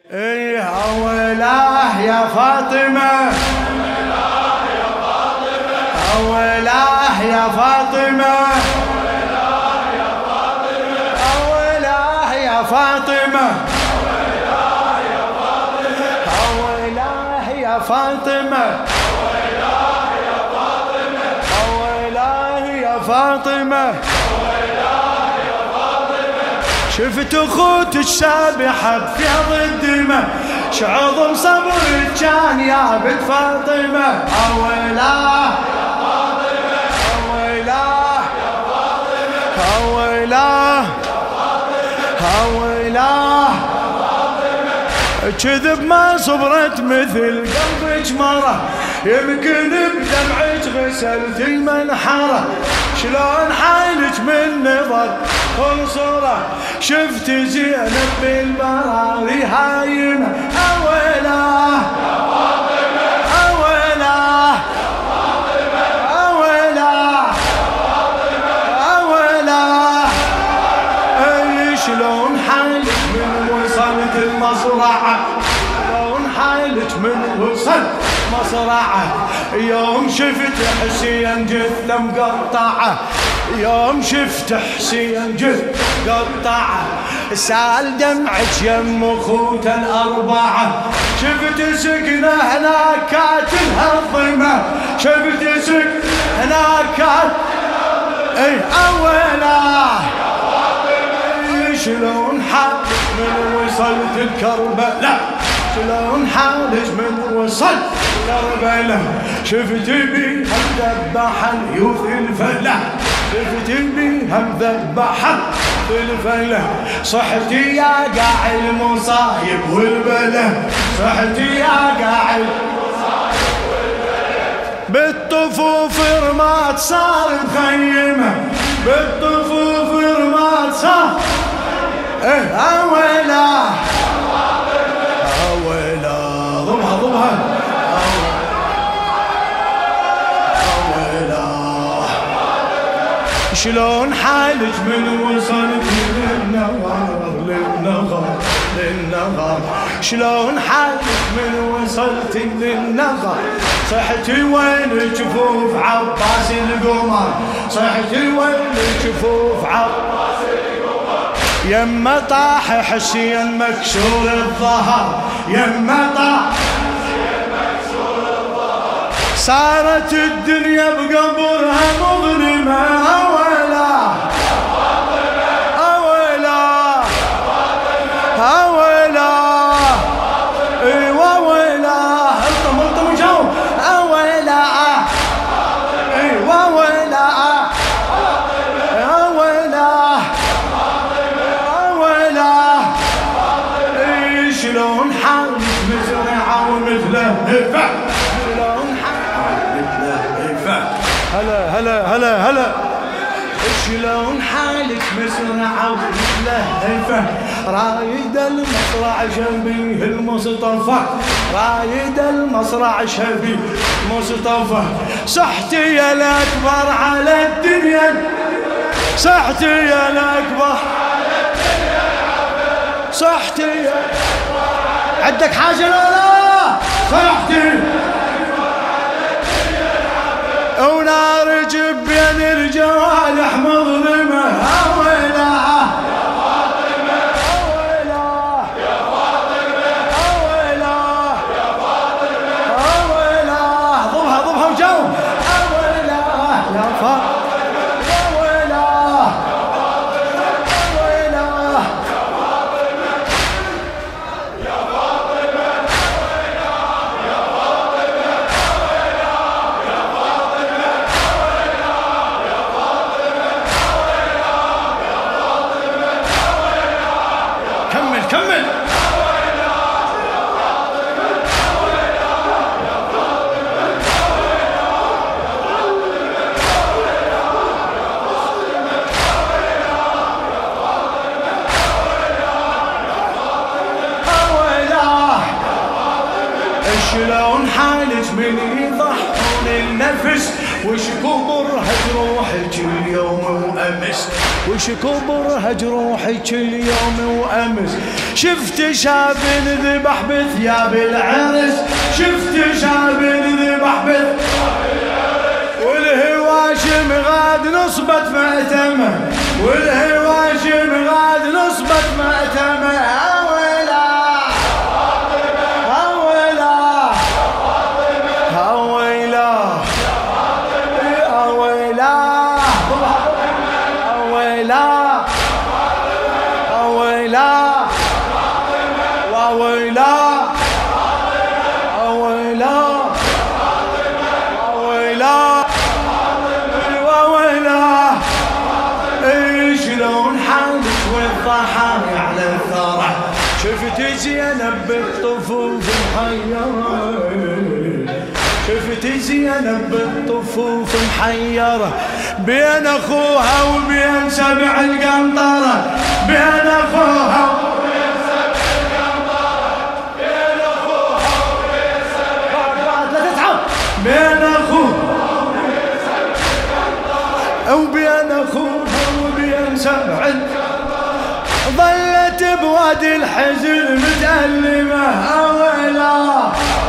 ايه اوله يا فاطمة، اوله يا فاطمة، اوله يا فاطمة، اوله يا فاطمة، اوله يا فاطمة. شفت اخوت السابحة بفيض الدماء، شعظم صبرك كان يا بنت فاطمة. اويلاه اويلاه اويلاه اويلاه، كذب ما صبرت مثل قلبك مرة، يمكن بدمعك غسلت المنحرة. شلون حالك من نظر انصره، شفت زينب بالبراري هايمة. اويلاه اويلاه اويلاه اويلاه، اي شلون حالك من وصلت المصرعة، شلون حالك من وصلت مصرعة. يوم شفت حسين جثة مقطعة، يوم شفت حسين جثة مقطعة، سال دمعك يم اخوته الاربعة. شفت سكنة هناك كاتلها الظمة، شفت سكنة هناك كاتلها. اي اويلاه شلون حالك من وصلت الكربلاء، شلون حالك من وصلت كربلاء. شفت بيها مذبحة اليوث الفلاح، شفت بيها مذبحة الفلاح. صحتي يا قاع المصايب والبلا، صحتي يا قاع المصايب والبلا. بالطفوف رمات صار مخيمة، بالطفوف رمات صار. ايه اويلاه اويلاه، ضمها ضمها اويلاه. شلون حالك من وصلت للنغار للنغار للنغار، شلون حالك من وصلت للنغار. صحتي وين جفوف عباس القمر، صحتي وين جفوف عباس القمر. يما طاح حسين مكسور الظهر، يما طاح حسين مكسور الظهر. صارت الدنيا بقبرها مظلمة. اويلاه اويلاه اويلاه، ايوا اويلاه. الطم الطم جو اويلاه، ايوا اويلاه اويلاه اويلاه. شلون حالك مزرعة ومتلهفة، شلون حالك متلهفة. هلا هلا هلا هلا. شلون حالك مزرعة ومتلهفة، رايد المصرع شبيه المصطفى، رايد المصرع شبيه المصطفى. صحتي يا الأكبر على الدنيا، صحتي يا الأكبر، صحتي يا عندك حاجة لا لا. صحتي ونار جبين الجوالح مظلمة. اويلاه اويلاه يا فاطمة، اويلاه يا فاطمة، اويلاه. ضمها ضمها وجو. اويلاه يا فاطمة، اويلاه اويلاه. كمل. شلون حالك من يضحون النفس وش كبرها جروحك اليوم وامس، وش كبرها جروحك اليوم وامس. شفت شاب ذبح بثياب العرس، شفت شاب ذبح بثياب العرس، والهواشم غاد نصبت مأتمه، والهواشم غاد نصبت مأتمه. والضحايا على الثرى، شفت زينب بالطفوف محيرة، شفت زينب بالطفوف محيرة، بين اخوها وبين سبع القنطرة، بين اخوها وبين سبع القنطرة، بين اخوها وبين سبع القنطرة، لا تتعب، بين اخوها وبين سبع القنطرة، وبين اخوها وبين سبع القنطرة. ظلت بوادي الحزن متألمة، أويلا